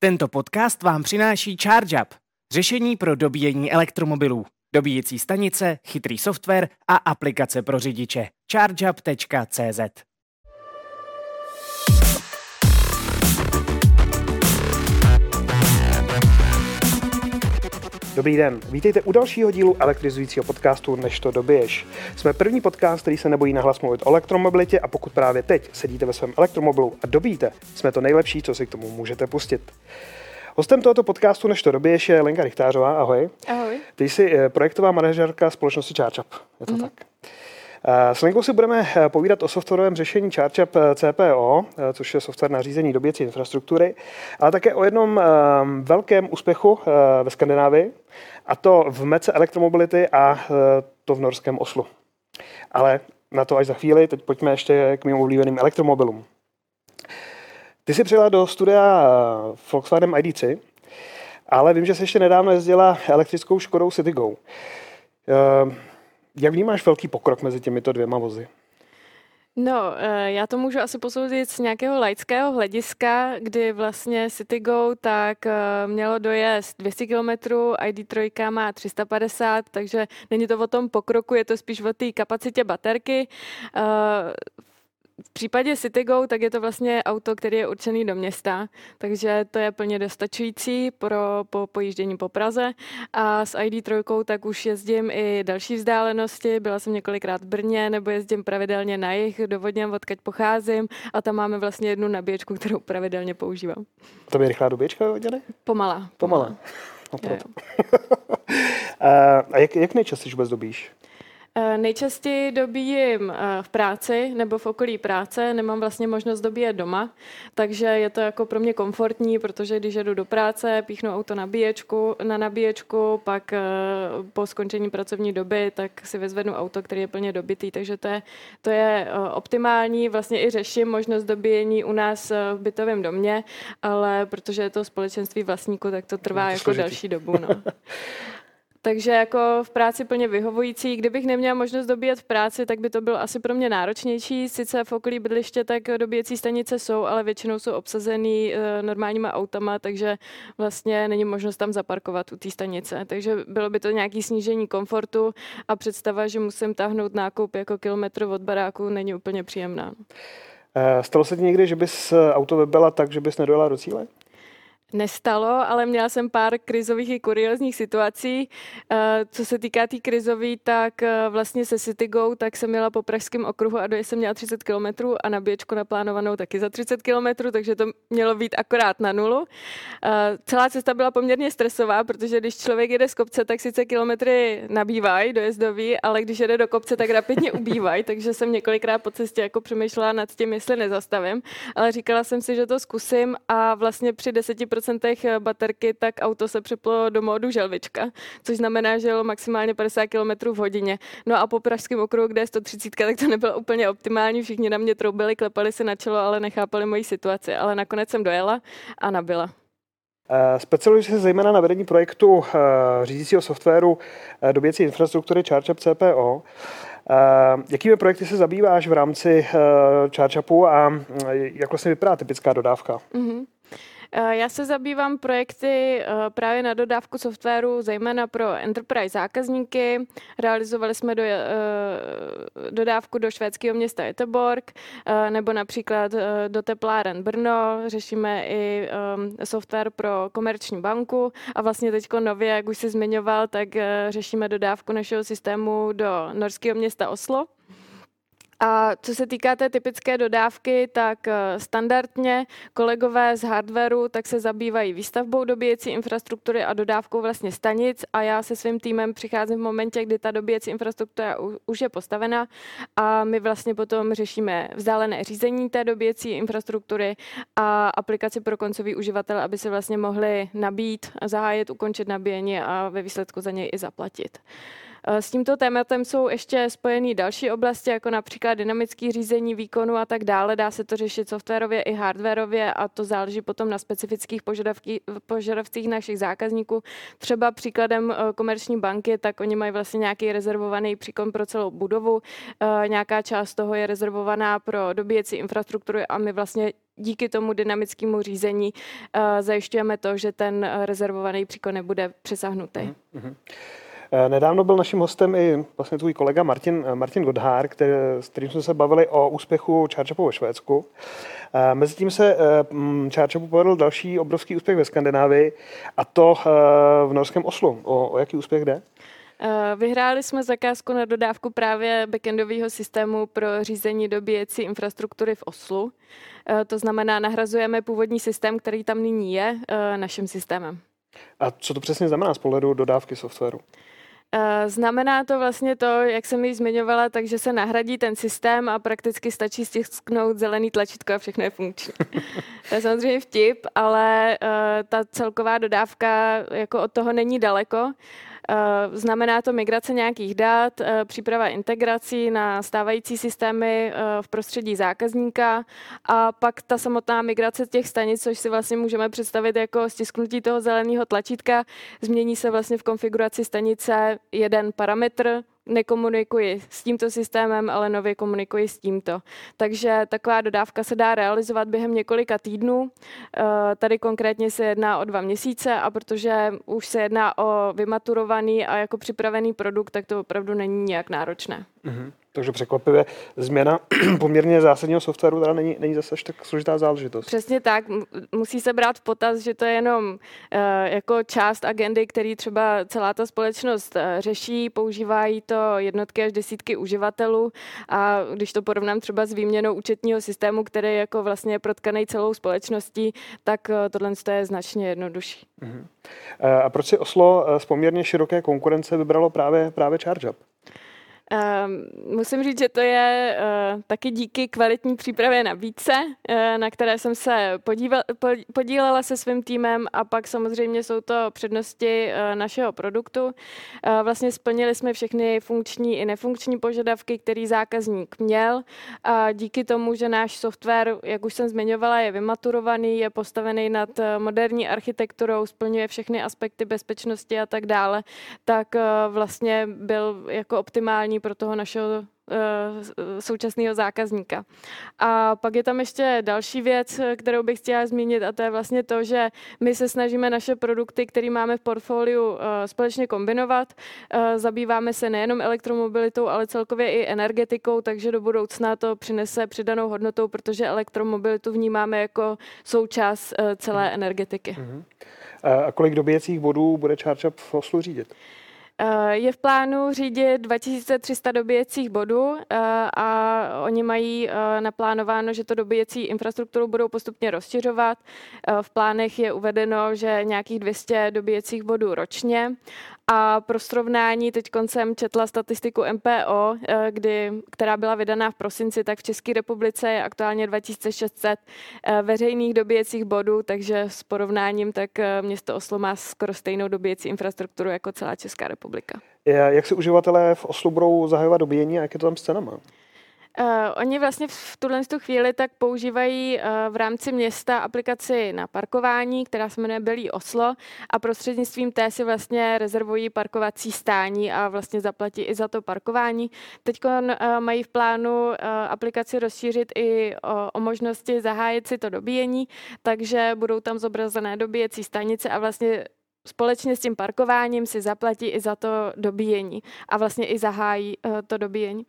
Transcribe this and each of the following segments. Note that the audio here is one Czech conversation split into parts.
Tento podcast vám přináší ChargeUp, řešení pro dobíjení elektromobilů, dobíjecí stanice, chytrý software a aplikace pro řidiče. ChargeUp.cz. Dobrý den, vítejte u dalšího dílu elektrizujícího podcastu Než to dobiješ. Jsme první podcast, který se nebojí nahlas mluvit o elektromobilitě, a pokud právě teď sedíte ve svém elektromobilu a dobíjíte, jsme to nejlepší, co si k tomu můžete pustit. Hostem tohoto podcastu Než to dobiješ je Lenka Richtářová. Ahoj. Ahoj. Ty jsi projektová manažerka společnosti ChargeUp. Je to tak? S Lenkou si budeme povídat o softwarovém řešení ChargeUp CPO, což je software na řízení dobíjecí infrastruktury, ale také o jednom velkém úspěchu ve Skandinávii, a to v mece elektromobility, a to v norském Oslu. Ale na to až za chvíli, teď pojďme ještě k mým oblíbeným elektromobilům. Ty jsi přijela do studia Volkswagen ID.3, ale vím, že jsi ještě nedávno jezdila elektrickou Škodou Citigo. Jak vnímáš velký pokrok mezi těmito dvěma vozy? No, já to můžu asi posoudit z nějakého laického hlediska, kdy vlastně Citigo tak mělo dojezd 200 km, ID.3 má 350, takže není to o tom pokroku, je to spíš o té kapacitě baterky. V případě Citigo tak je to vlastně auto, který je určený do města, takže to je plně dostačující pro pojíždění po Praze. A s ID.3 tak už jezdím i další vzdálenosti, byla jsem několikrát v Brně, nebo jezdím pravidelně na jih do Vodňan, odkud pocházím, a tam máme vlastně jednu nabíječku, kterou pravidelně používám. To je rychlá dobíječka ve Vodňany? Pomalá. No, proto. A jak nejčastěji vůbec dobíš? Nejčastěji dobíjím v práci nebo v okolí práce, nemám vlastně možnost dobíjet doma, takže je to jako pro mě komfortní, protože když jedu do práce, píchnu auto na nabíječku, pak po skončení pracovní doby, tak si vyzvednu auto, který je plně dobitý, takže to je optimální, vlastně i řeším možnost dobíjení u nás v bytovém domě, ale protože je to společenství vlastníků, tak to trvá jako složitý. Další dobu. No. Takže jako v práci plně vyhovující. Kdybych neměla možnost dobíjet v práci, tak by to bylo asi pro mě náročnější. Sice v okolí bydliště tak dobíjecí stanice jsou, ale většinou jsou obsazený normálníma autama, takže vlastně není možnost tam zaparkovat u té stanice. Takže bylo by to nějaké snížení komfortu a představa, že musím táhnout nákup jako kilometr od baráku, není úplně příjemná. Stalo se ti někdy, že bys auto vybila tak, že bys nedojela do cíle? Nestalo, ale měla jsem pár krizových i kuriózních situací. Co se týká té krizové, tak vlastně se Citigo, tak jsem měla po pražském okruhu a dojezd jsem měla 30 km a nabíječku naplánovanou taky za 30 km, takže to mělo být akorát na nulu. Celá cesta byla poměrně stresová, protože když člověk jede z kopce, tak sice kilometry nabývají dojezdový, ale když jede do kopce, tak rapidně ubývají, takže jsem několikrát po cestě jako přemýšlela nad tím, jestli nezastavím, ale říkala jsem si, že to zkusím, a vlastně při 10% baterky, tak auto se přeplo do módu želvička, což znamená, že jelo maximálně 50 km v hodině. No a po pražském okruhu, kde je 130, tak to nebylo úplně optimální, všichni na mě troubili, klepali si na čelo, ale nechápali moji situaci, ale nakonec jsem dojela a nabila. Specializuje se zejména na vedení projektu řídícího softwaru dobíjecí infrastruktury ChargeUp CPO. Jakými projekty se zabýváš v rámci ChargeUpu a jak vlastně vypadá typická dodávka? Já se zabývám projekty právě na dodávku softwaru, zejména pro enterprise zákazníky. Realizovali jsme dodávku do švédského města Göteborg, nebo například do tepláren Brno. Řešíme i software pro komerční banku a vlastně teď nově, jak už jsi zmiňoval, tak řešíme dodávku našeho systému do norského města Oslo. A co se týká té typické dodávky, tak standardně kolegové z hardwareu tak se zabývají výstavbou dobíjecí infrastruktury a dodávkou vlastně stanic, a já se svým týmem přicházím v momentě, kdy ta dobíjecí infrastruktura už je postavena, a my vlastně potom řešíme vzdálené řízení té dobíjecí infrastruktury a aplikaci pro koncový uživatel, aby se vlastně mohli nabít, zahájit, ukončit nabíjení a ve výsledku za něj i zaplatit. S tímto tématem jsou ještě spojené další oblasti, jako například dynamické řízení výkonu a tak dále. Dá se to řešit softwarově i hardwarově a to záleží potom na specifických požadavcích našich zákazníků. Třeba příkladem komerční banky, tak oni mají vlastně nějaký rezervovaný příkon pro celou budovu. Nějaká část toho je rezervovaná pro dobíjecí infrastrukturu a my vlastně díky tomu dynamickému řízení zajišťujeme to, že ten rezervovaný příkon nebude přesáhnutý. Nedávno byl naším hostem i vlastně tvůj kolega Martin Godhár, s kterým jsme se bavili o úspěchu ChargeUpu ve Švédsku. Mezitím se ChargeUpu povedl další obrovský úspěch ve Skandinávii, a to v norském Oslu. O jaký úspěch jde? Vyhráli jsme zakázku na dodávku právě backendového systému pro řízení dobíjecí infrastruktury v Oslu. To znamená, nahrazujeme původní systém, který tam nyní je, naším systémem. A co to přesně znamená z pohledu dodávky softwaru? Znamená to vlastně to, jak jsem ji zmiňovala, takže se nahradí ten systém a prakticky stačí stisknout zelený tlačítko a všechno je funkční. To je samozřejmě vtip, ale ta celková dodávka jako od toho není daleko. Znamená to migrace nějakých dat, příprava integrací na stávající systémy v prostředí zákazníka a pak ta samotná migrace těch stanic, což si vlastně můžeme představit jako stisknutí toho zeleného tlačítka. Změní se vlastně v konfiguraci stanice jeden parametr, nekomunikuji s tímto systémem, ale nově komunikuji s tímto. Takže taková dodávka se dá realizovat během několika týdnů. Tady konkrétně se jedná o 2 měsíce a protože už se jedná o vymaturovaný a jako připravený produkt, tak to opravdu není nějak náročné. Takže překvapivě změna poměrně zásadního softwaru teda není zase až tak složitá záležitost. Přesně tak. Musí se brát v potaz, že to je jenom jako část agendy, který třeba celá ta společnost řeší. Používají to jednotky až desítky uživatelů a když to porovnám třeba s výměnou účetního systému, který je jako vlastně protkaný celou společností, tak tohle je značně jednodušší. A proč si Oslo z poměrně široké konkurence vybralo právě ChargeUp? Musím říct, že to je taky díky kvalitní přípravě na nabídce, na které jsem se podílela se svým týmem a pak samozřejmě jsou to přednosti našeho produktu. Vlastně splnili jsme všechny funkční i nefunkční požadavky, který zákazník měl a díky tomu, že náš software, jak už jsem zmiňovala, je vymaturovaný, je postavený nad moderní architekturou, splňuje všechny aspekty bezpečnosti a tak dále, tak vlastně byl jako optimální pro toho našeho současného zákazníka. A pak je tam ještě další věc, kterou bych chtěla zmínit a to je vlastně to, že my se snažíme naše produkty, které máme v portfoliu, společně kombinovat. Zabýváme se nejenom elektromobilitou, ale celkově i energetikou, takže do budoucna to přinese přidanou hodnotou, protože elektromobilitu vnímáme jako součást celé energetiky. A kolik dobíjecích bodů bude ChargeUp v Oslu řídit? Je v plánu řídit 2300 dobíjecích bodů a oni mají naplánováno, že to dobíjecí infrastrukturu budou postupně rozšiřovat. V plánech je uvedeno, že nějakých 200 dobíjecích bodů ročně. A pro srovnání teď jsem četla statistiku MPO, která byla vydaná v prosinci, tak v České republice je aktuálně 2600 veřejných dobíjecích bodů, takže s porovnáním tak město Oslo má skoro stejnou dobíjecí infrastrukturu jako celá Česká republika. Jak si uživatelé v Oslu budou zahajovat dobíjení a jak je to tam s cenama? Oni vlastně v tuhle chvíli tak používají v rámci města aplikaci na parkování, která se jmenuje Belý Oslo a prostřednictvím té si vlastně rezervují parkovací stání a vlastně zaplatí i za to parkování. Teď mají v plánu aplikaci rozšířit i o možnosti zahájit si to dobíjení, takže budou tam zobrazené dobíjecí stanice a vlastně společně s tím parkováním si zaplatí i za to dobíjení a vlastně i zahájí to dobíjení.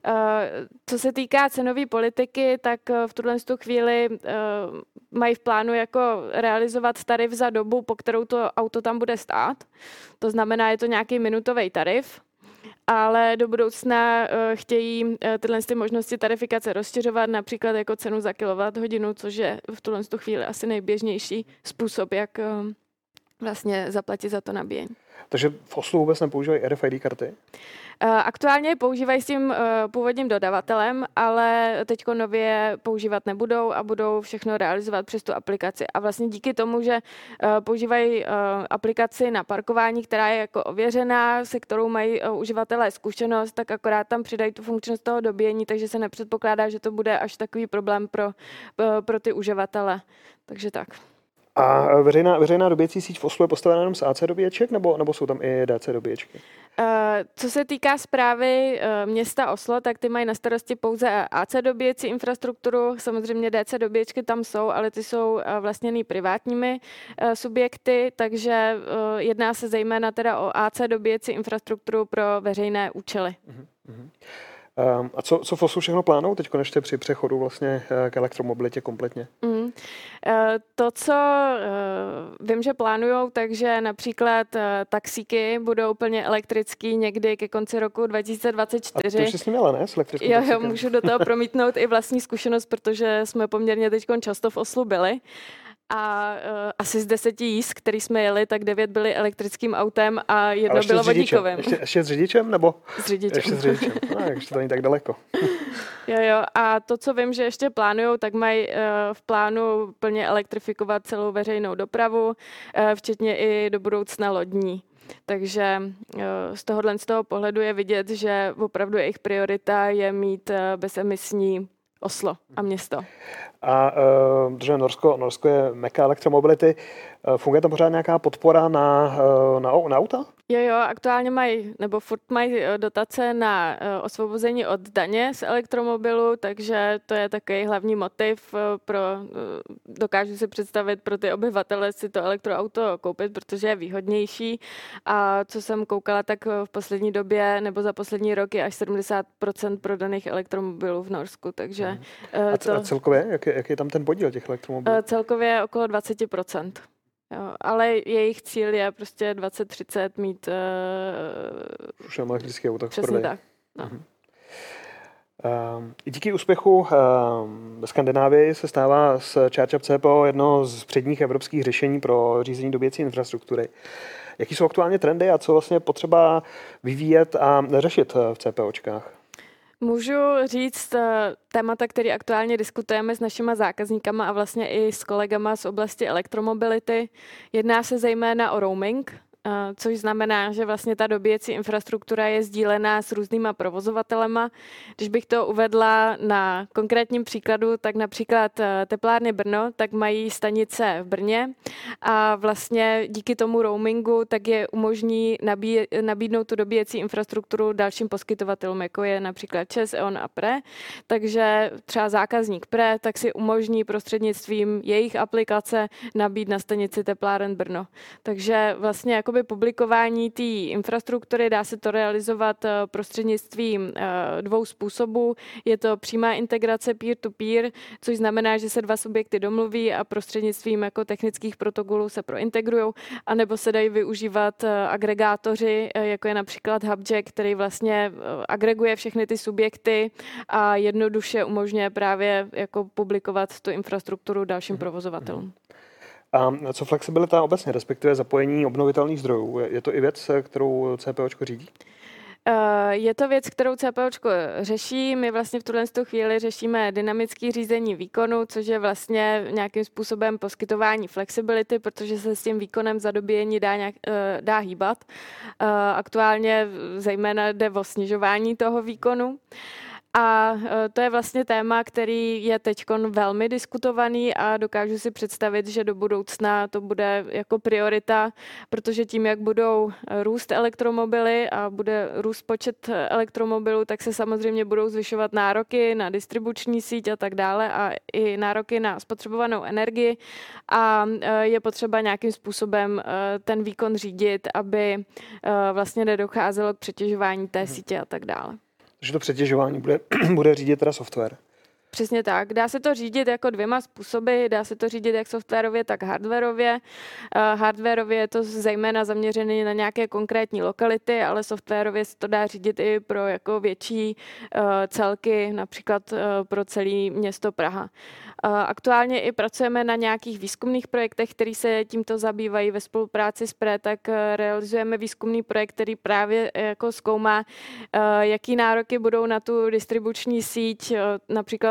Co se týká cenové politiky, tak v tuhle chvíli mají v plánu jako realizovat tarif za dobu, po kterou to auto tam bude stát. To znamená, je to nějaký minutový tarif, ale do budoucna chtějí tyhle možnosti tarifikace rozšiřovat, například jako cenu za kilowatthodinu, což je v tuhle chvíli asi nejběžnější způsob, jak vlastně zaplatit za to nabíjení. Takže v Oslu vůbec nepoužívají RFID karty? Aktuálně používají s tím původním dodavatelem, ale teď nově používat nebudou a budou všechno realizovat přes tu aplikaci. A vlastně díky tomu, že používají aplikaci na parkování, která je jako ověřená, se kterou mají uživatelé zkušenost, tak akorát tam přidají tu funkčnost toho dobíjení, takže se nepředpokládá, že to bude až takový problém pro ty uživatele. Takže tak. A veřejná dobíjecí síť v Oslu je postavena jenom z AC dobíječek, nebo jsou tam i DC dobíječky? Co se týká správy města Oslo, tak ty mají na starosti pouze AC dobíjecí infrastrukturu. Samozřejmě DC dobíječky tam jsou, ale ty jsou vlastněný privátními subjekty, takže jedná se zejména teda o AC dobíjecí infrastrukturu pro veřejné účely. A co v Oslu všechno plánují teď ještě při přechodu vlastně k elektromobilitě kompletně? To, co vím, že plánujou, takže například taxíky budou úplně elektrický někdy ke konci roku 2024. A to už jsi s ním měla, ne? S elektrickým Jo, můžu do toho promítnout i vlastní zkušenost, protože jsme poměrně teď často v Oslu byli. A asi z 10 jízd, který jsme jeli, tak 9 byly elektrickým autem a jedno bylo vodíkovým. Ještě s řidičem, nebo? S řidičem. Ještě s řidičem. Ještě to není tak daleko. Jo. A to, co vím, že ještě plánujou, tak mají v plánu plně elektrifikovat celou veřejnou dopravu, včetně i do budoucna lodní. Takže z toho pohledu je vidět, že opravdu jejich priorita je mít bezemisní Oslo a město. A protože Norsko je meka elektromobility, funguje tam pořád nějaká podpora na auta? Jo, aktuálně furt mají dotace na osvobození od daně z elektromobilu, takže to je takový hlavní motiv dokážu si představit pro ty obyvatele si to elektroauto koupit, protože je výhodnější. A co jsem koukala, tak v poslední době nebo za poslední rok je až 70% prodaných elektromobilů v Norsku, takže... A celkově? Jak je tam ten podíl těch elektromobilů? Celkově okolo 20%. Jo, ale jejich cíl je prostě 2030 mít... Už mám elektrické auto. Přesně tak. No. Díky úspěchu Skandinávii se stává z ChargeUp CPO jedno z předních evropských řešení pro řízení dobíjecí infrastruktury. Jaký jsou aktuálně trendy a co vlastně potřeba vyvíjet a řešit v CPOčkách? Můžu říct témata, které aktuálně diskutujeme s našima zákazníkama a vlastně i s kolegama z oblasti elektromobility. Jedná se zejména o roaming, což znamená, že vlastně ta dobíjecí infrastruktura je sdílená s různýma provozovatelema. Když bych to uvedla na konkrétním příkladu, tak například teplárny Brno, tak mají stanice v Brně a vlastně díky tomu roamingu tak je umožní nabídnout tu dobíjecí infrastrukturu dalším poskytovatelům, jako je například ČEZ, E.ON a PRE. Takže třeba zákazník PRE tak si umožní prostřednictvím jejich aplikace nabít na stanici tepláren Brno. Takže vlastně jakoby publikování té infrastruktury dá se to realizovat prostřednictvím dvou způsobů. Je to přímá integrace peer-to-peer, což znamená, že se dva subjekty domluví a prostřednictvím jako technických protokolů se prointegrují, anebo se dají využívat agregátoři, jako je například Hubjack, který vlastně agreguje všechny ty subjekty a jednoduše umožňuje právě jako publikovat tu infrastrukturu dalším provozovatelům. A co flexibilita obecně, respektive zapojení obnovitelných zdrojů? Je to i věc, kterou CPOčko řídí? Je to věc, kterou CPOčko řeší. My vlastně v tuhle chvíli řešíme dynamické řízení výkonu, což je vlastně nějakým způsobem poskytování flexibility, protože se s tím výkonem zadobíjení dá hýbat. Aktuálně zejména jde o snižování toho výkonu. A to je vlastně téma, který je teďkon velmi diskutovaný a dokážu si představit, že do budoucna to bude jako priorita, protože tím, jak budou růst elektromobily a bude růst počet elektromobilů, tak se samozřejmě budou zvyšovat nároky na distribuční síť a tak dále a i nároky na spotřebovanou energii a je potřeba nějakým způsobem ten výkon řídit, aby vlastně nedocházelo k přetěžování té sítě a tak dále. Takže to přetěžování bude řídit teda software. Přesně tak. Dá se to řídit jako dvěma způsoby. Dá se to řídit jak softwarově, tak hardwarově. Hardwarově je to zejména zaměřené na nějaké konkrétní lokality, ale softwarově se to dá řídit i pro jako větší celky, například pro celé město Praha. Aktuálně i pracujeme na nějakých výzkumných projektech, které se tímto zabývají ve spolupráci s PRE, tak realizujeme výzkumný projekt, který právě jako zkoumá, jaký nároky budou na tu distribuční síť, například v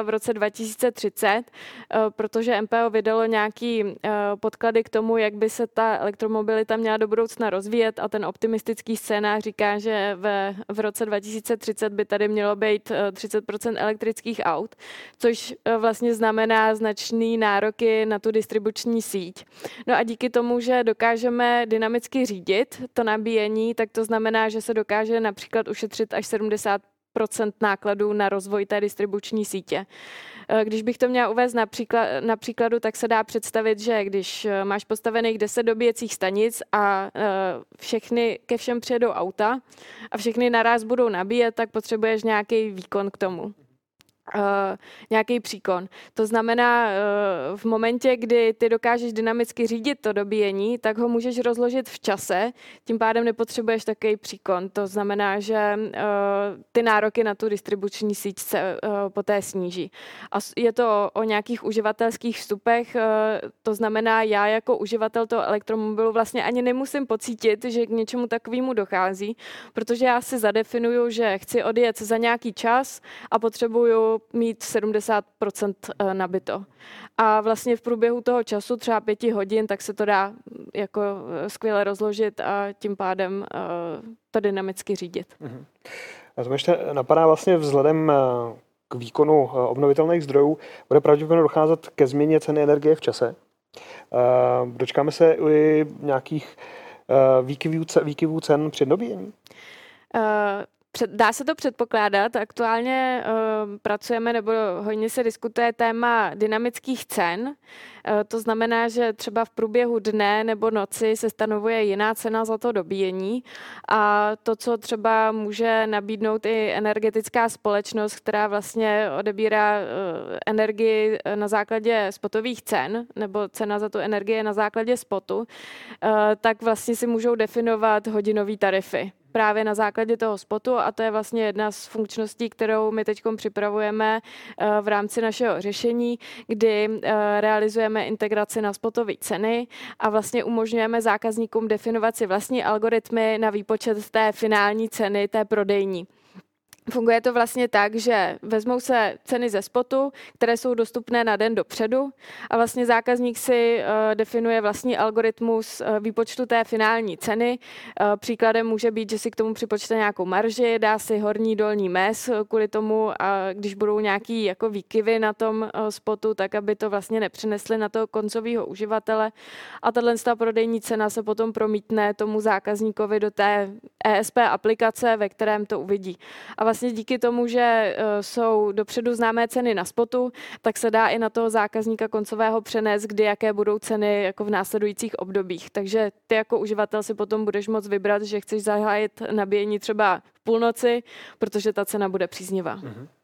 v roce 2030, protože MPO vydalo nějaký podklady k tomu, jak by se ta elektromobilita měla do budoucna rozvíjet a ten optimistický scénář říká, že v roce 2030 by tady mělo být 30% elektrických aut, což vlastně znamená značný nároky na tu distribuční síť. No a díky tomu, že dokážeme dynamicky řídit to nabíjení, tak to znamená, že se dokáže například ušetřit až 70% nákladů na rozvoj té distribuční sítě. Když bych to měla uvést na příkladu, tak se dá představit, že když máš postavených 10 dobíjecích stanic a ke všem přijedou auta a všechny naráz budou nabíjet, tak potřebuješ nějaký výkon k tomu. Nějaký příkon. To znamená, v momentě, kdy ty dokážeš dynamicky řídit to dobíjení, tak ho můžeš rozložit v čase, tím pádem nepotřebuješ takový příkon. To znamená, že ty nároky na tu distribuční síť se poté sníží. A je to o nějakých uživatelských vstupech, to znamená, já jako uživatel toho elektromobilu vlastně ani nemusím pocítit, že k něčemu takovému dochází, protože já si zadefinuju, že chci odjet za nějaký čas a potřebuju mít 70% nabito. A vlastně v průběhu toho času, třeba 5 hodin, tak se to dá jako skvěle rozložit a tím pádem to dynamicky řídit. A to ještě napadá vlastně vzhledem k výkonu obnovitelných zdrojů, bude pravděpodobně docházet ke změně ceny energie v čase. Dočkáme se i nějakých výkyvů cen při dobíjení? Dá se to předpokládat. Aktuálně pracujeme, nebo hodně se diskutuje téma dynamických cen. To znamená, že třeba v průběhu dne nebo noci se stanovuje jiná cena za to dobíjení a to, co třeba může nabídnout i energetická společnost, která vlastně odebírá energii na základě spotových cen nebo cena za tu energii na základě spotu, tak vlastně si můžou definovat hodinové tarify právě na základě toho spotu a to je vlastně jedna z funkčností, kterou my teď připravujeme v rámci našeho řešení, kdy realizujeme integraci na spotové ceny a vlastně umožňujeme zákazníkům definovat si vlastní algoritmy na výpočet té finální ceny, té prodejní. Funguje to vlastně tak, že vezmou se ceny ze spotu, které jsou dostupné na den dopředu a vlastně zákazník si definuje vlastní algoritmus výpočtu té finální ceny. Příkladem může být, že si k tomu připočte nějakou marži, dá si horní dolní mez kvůli tomu, a když budou nějaký jako výkyvy na tom spotu, tak aby to vlastně nepřenesli na toho koncového uživatele. A tato prodejní cena se potom promítne tomu zákazníkovi do té ESP aplikace, ve kterém to uvidí. A vlastně díky tomu, že jsou dopředu známé ceny na spotu, tak se dá i na toho zákazníka koncového přenést, kdy jaké budou ceny jako v následujících obdobích. Takže ty jako uživatel si potom budeš moct vybrat, že chceš zahájit nabíjení třeba v půlnoci, protože ta cena bude příznivá.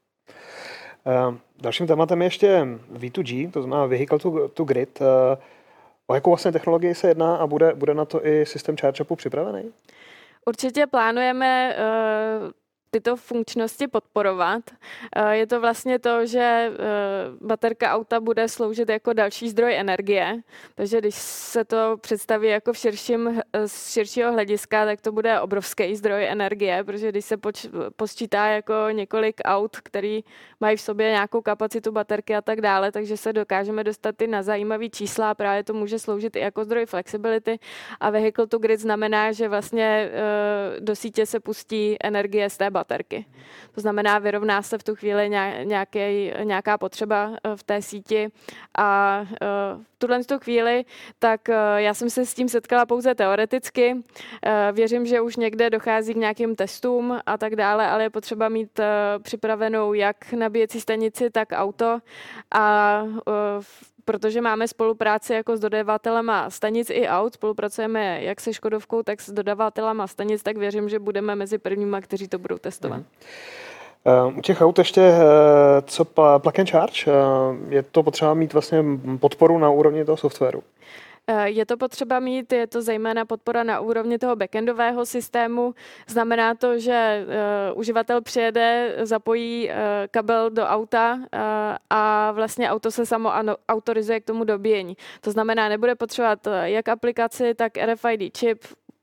Dalším tématem je ještě V2G, to znamená Vehicle to Grid. O jakou vlastně technologii se jedná a bude na to i systém ChargeUpu připravený? Určitě plánujeme tyto funkčnosti podporovat. Je to vlastně to, že baterka auta bude sloužit jako další zdroj energie, takže když se to představí jako z širšího hlediska, tak to bude obrovský zdroj energie, protože když se posčítá jako několik aut, který mají v sobě nějakou kapacitu baterky a tak dále, takže se dokážeme dostat i na zajímavý čísla a právě to může sloužit i jako zdroj flexibility a Vehicle to Grid znamená, že vlastně do sítě se pustí energie z té baterky. To znamená, vyrovná se v tu chvíli nějaká potřeba v té síti a v tuhle chvíli, tak já jsem se s tím setkala pouze teoreticky. Věřím, že už někde dochází k nějakým testům a tak dále, ale je potřeba mít připravenou jak nabíjecí stanici, tak auto a protože máme spolupráci jako s dodavatelema stanic i aut, spolupracujeme jak se Škodovkou, tak s dodavatelema stanic, tak věřím, že budeme mezi prvníma, kteří to budou testovat. U těch aut ještě co plug and charge? Je to potřeba mít vlastně podporu na úrovni toho softwaru? Je to potřeba mít, je to zejména podpora na úrovni toho backendového systému. Znamená to, že uživatel přijede, zapojí kabel do auta a vlastně auto se samo autorizuje k tomu dobíjení. To znamená, nebude potřebovat jak aplikaci, tak RFID čip,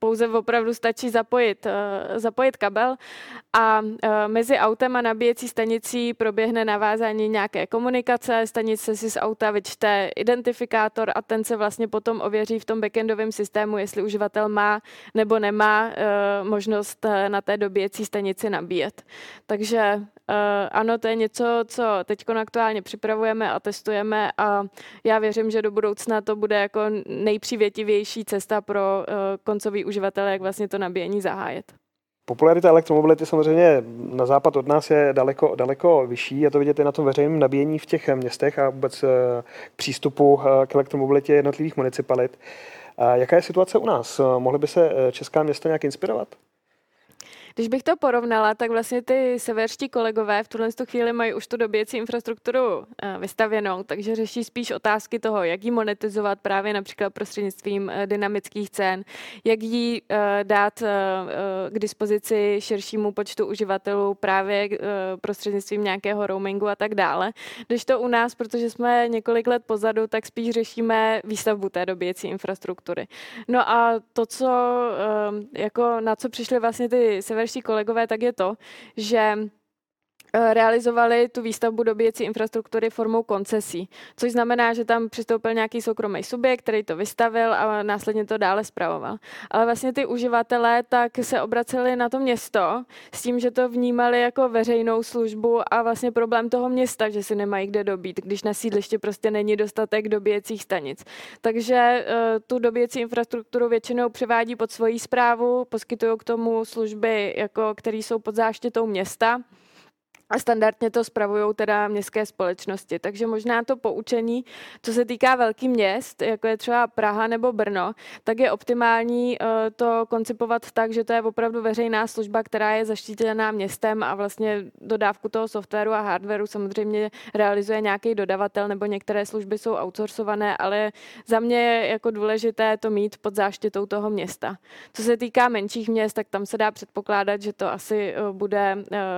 pouze opravdu stačí zapojit kabel a mezi autem a nabíjecí stanicí proběhne navázání nějaké komunikace, stanice si z auta vyčte identifikátor a ten se vlastně potom ověří v tom backendovém systému, jestli uživatel má nebo nemá možnost na té dobíjecí stanici nabíjet. Takže ano, to je něco, co teď aktuálně připravujeme a testujeme a já věřím, že do budoucna to bude jako nejpřívětivější cesta pro koncový uživatel, jak vlastně to nabíjení zahájit. Popularita elektromobility samozřejmě na západ od nás je daleko vyšší. Je to vidět i na tom veřejném nabíjení v těch městech a vůbec k přístupu k elektromobilitě jednotlivých municipalit. Jaká je situace u nás? Mohly by se česká města nějak inspirovat? Když bych to porovnala, tak vlastně ty severští kolegové v tuhle chvíli mají už tu dobíjecí infrastrukturu vystavěnou, takže řeší spíš otázky toho, jak ji monetizovat právě například prostřednictvím dynamických cen, jak ji dát k dispozici širšímu počtu uživatelů právě prostřednictvím nějakého roamingu a tak dále. Když to u nás, protože jsme několik let pozadu, tak spíš řešíme výstavbu té dobíjecí infrastruktury. No a to, co jako na co přišli vlastně ty severští kolegové, tak je to, že realizovali tu výstavbu dobíjecí infrastruktury formou koncesí, což znamená, že tam přistoupil nějaký soukromý subjekt, který to vystavil a následně to dále spravoval. Ale vlastně ty uživatelé tak se obraceli na to město s tím, že to vnímali jako veřejnou službu a vlastně problém toho města, že si nemají kde dobít, když na sídlišti prostě není dostatek dobíjecích stanic. Takže tu dobíjecí infrastrukturu většinou přivádí pod svoji správu, poskytují k tomu služby, jako, které jsou pod záštitou města. A standardně to spravují teda městské společnosti. Takže možná to poučení, co se týká velkých měst, jako je třeba Praha nebo Brno, tak je optimální to koncipovat tak, že to je opravdu veřejná služba, která je zaštítěná městem a vlastně dodávku toho softwaru a hardwaru samozřejmě realizuje nějaký dodavatel nebo některé služby jsou outsourcované, ale za mě je jako důležité to mít pod záštitou toho města. Co se týká menších měst, tak tam se dá předpokládat, že to asi bude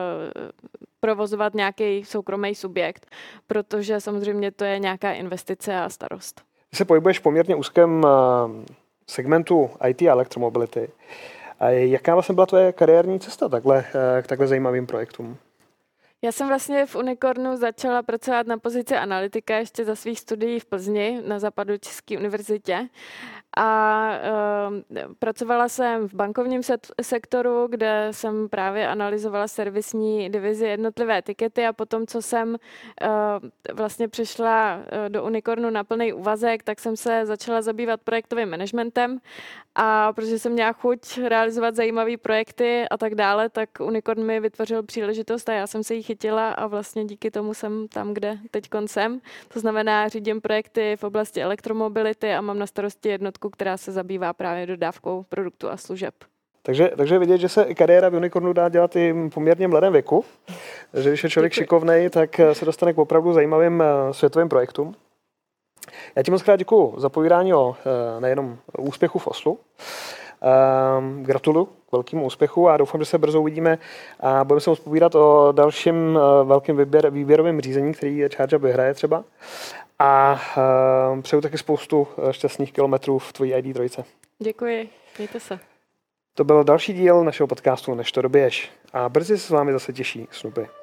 provozovat nějaký soukromý subjekt, protože samozřejmě to je nějaká investice a starost. Ty se pohybuješ v poměrně úzkém segmentu IT a elektromobility. A jaká vlastně byla tvoje kariérní cesta k takhle zajímavým projektům? Já jsem vlastně v Unicornu začala pracovat na pozici analytika ještě za svých studií v Plzni na Západočeské univerzitě. A pracovala jsem v bankovním sektoru, kde jsem právě analyzovala servisní divizi jednotlivé etikety a potom, co jsem vlastně přišla do Unicornu na plný úvazek, tak jsem se začala zabývat projektovým managementem a protože jsem měla chuť realizovat zajímavé projekty a tak dále, tak Unicorn mi vytvořil příležitost a já jsem se jí chytila a vlastně díky tomu jsem tam, kde teďkon jsem. To znamená, řídím projekty v oblasti elektromobility a mám na starosti jednotku, která se zabývá právě dodávkou produktů a služeb. Takže vidět, že se kariéra v Unicornu dá dělat i poměrně mladém věku, že když je člověk šikovnej, tak se dostane k opravdu zajímavým světovým projektům. Já ti moc krát děkuju za povídání o nejenom úspěchu v Oslu. Gratuluju k velkému úspěchu a doufám, že se brzo uvidíme a budeme se moc povídat o dalším velkým výběrovém řízení, který ChargeUp vyhraje třeba. A přeju taky spoustu šťastných kilometrů v tvojí ID3. Děkuji, mějte se. To byl další díl našeho podcastu Než to dobiješ. A brzy se s vámi zase těší Snoopy.